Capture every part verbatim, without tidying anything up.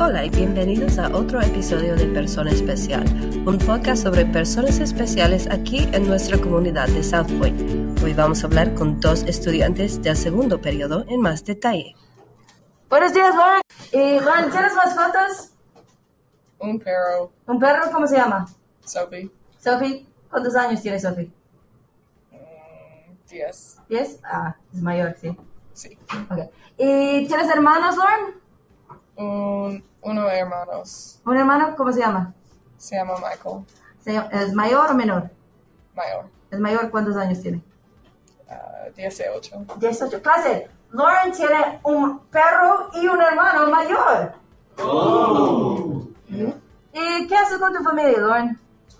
Hola y bienvenidos a otro episodio de Persona Especial, un podcast sobre personas especiales aquí en nuestra comunidad de South Point. Hoy vamos a hablar con dos estudiantes del segundo periodo en más detalle. Buenos días, Lauren. Y Lauren, ¿tienes mascotas? Un perro. ¿Un perro? ¿Cómo se llama? Sophie. Sophie. ¿Cuántos años tiene Sophie? Mm, diez. ¿Diez? Ah, es mayor, sí. Sí. Okay. ¿Y tienes hermanos, Lauren? Un, uno de hermanos. ¿Un hermano? ¿Cómo se llama? Se llama Michael. ¿Se llama- ¿Es mayor o menor? Mayor. ¿Es mayor? ¿Cuántos años tiene? Uh, dieciocho. dieciocho. Clase, Lauren tiene un perro y un hermano mayor. Oh. ¿Y qué haces con tu familia, Lauren?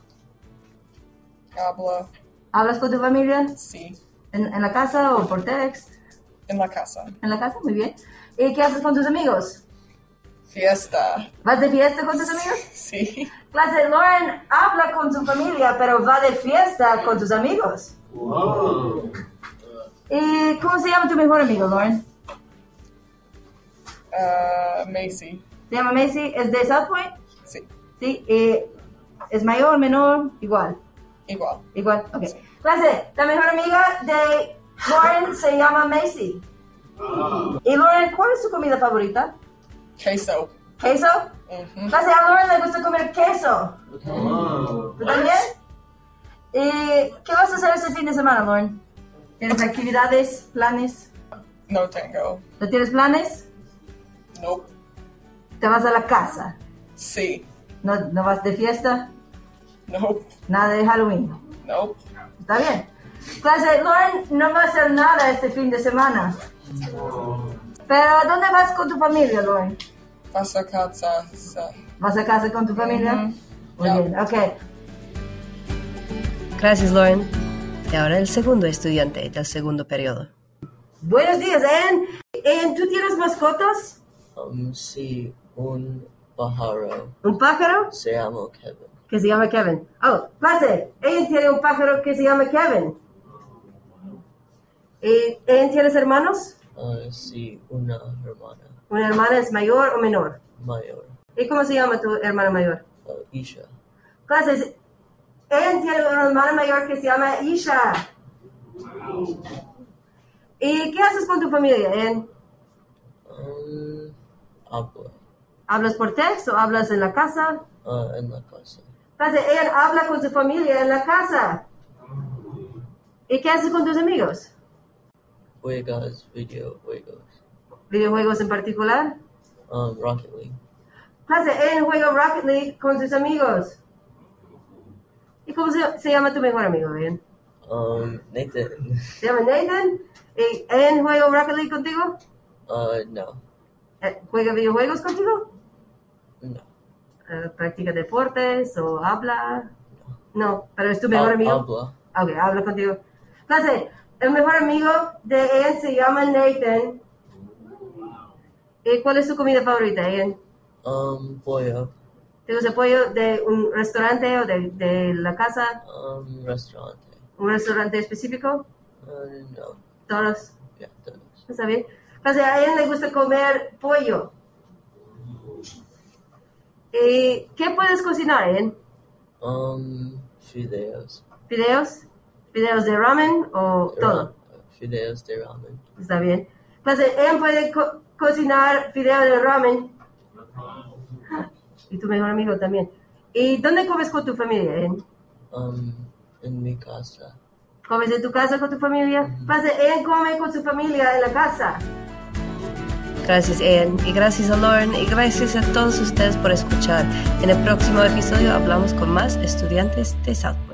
Hablo. ¿Hablas con tu familia? Sí. ¿En, en la casa o por text? En la casa. En la casa, muy bien. ¿Y qué haces con tus amigos? Fiesta. ¿Vas de fiesta con tus amigos? Sí. Clase, Lauren habla con su familia, pero va de fiesta con tus amigos. Wow. ¿Y cómo se llama tu mejor amigo, Lauren? Uh, Macy. ¿Se llama Macy? ¿Es de South Point? Sí. Sí. ¿Y es mayor, menor? Igual. Igual. Igual, ok. Sí. Clase, la mejor amiga de Lauren se llama Macy. ¿Y Lauren, cuál es tu comida favorita? Queso. ¿Queso? Mhm. Clase, a Lauren le gusta comer queso. ¿Tú también? ¿Y qué vas a hacer este fin de semana, Lauren? ¿Tienes actividades, planes? No tengo. ¿No tienes planes? Nope. ¿Te vas a la casa? Sí. ¿No, no vas de fiesta? Nope. ¿Nada de Halloween? Nope. Está bien. Clase, Lauren no va a hacer nada este fin de semana. ¿Pero a dónde vas con tu familia, Lauren? Vas a casa. Sí. ¿Vas a casa con tu familia? Mhm. Muy Ya. bien, ok. Gracias, Lauren. Y ahora el segundo estudiante del segundo periodo. Buenos días, Ann. Ann, ¿tú tienes mascotas? Um, sí, un pájaro. ¿Un pájaro? Se llama Kevin. Que se llama Kevin. Oh, clase, Ann tiene un pájaro que se llama Kevin. ¿Y Ann, tienes hermanos? Uh, sí, una hermana ¿Una hermana es mayor o menor? mayor. ¿Y cómo se llama tu hermana mayor? Uh, Isha. Clases, Ann tiene una hermana mayor que se llama Isha. ¿Y qué haces con tu familia, Ann? Um, habla. ¿Hablas por texto o hablas en la casa? Uh, en la casa. Clase, Ann habla con su familia en la casa. ¿Y qué haces con tus amigos? Juegas videojuegos. ¿Videojuegos en particular? Um, Rocket League. Clase, Ann juega Rocket League con sus amigos. ¿Y cómo se, se llama tu mejor amigo, Ann? Um, Nathan. ¿Se llama Nathan? ¿Y Ann juega Rocket League contigo? Uh, no. Eh, ¿Juega videojuegos contigo? No. Eh, ¿Practica deportes o habla? No, pero es tu mejor Ha- amigo. Habla. Ok, habla contigo. Clase, el mejor amigo de Ann se llama Nathan. ¿Y cuál es su comida favorita, Ann? Um, pollo. ¿Te gusta pollo de un restaurante o de, de la casa? Um, restaurante. ¿Un restaurante específico? Uh, no. Todos. Ya, todos. ¿Está bien? Clase, a Ann le gusta comer pollo. ¿Y qué puedes cocinar, Ann? Um, fideos. ¿Fideos? ¿Fideos de ramen o todo? Ra- Fideos de ramen. Está bien. Entonces, Ann puede co- cocinar fideos de ramen. Y tu mejor amigo también. ¿Y dónde comes con tu familia, Ann? Um, en mi casa. ¿Comes en tu casa con tu familia? Entonces, Ann come con su familia en la casa. Gracias, Ann, y gracias a Lauren, y gracias a todos ustedes por escuchar. En el próximo episodio hablamos con más estudiantes de South Point.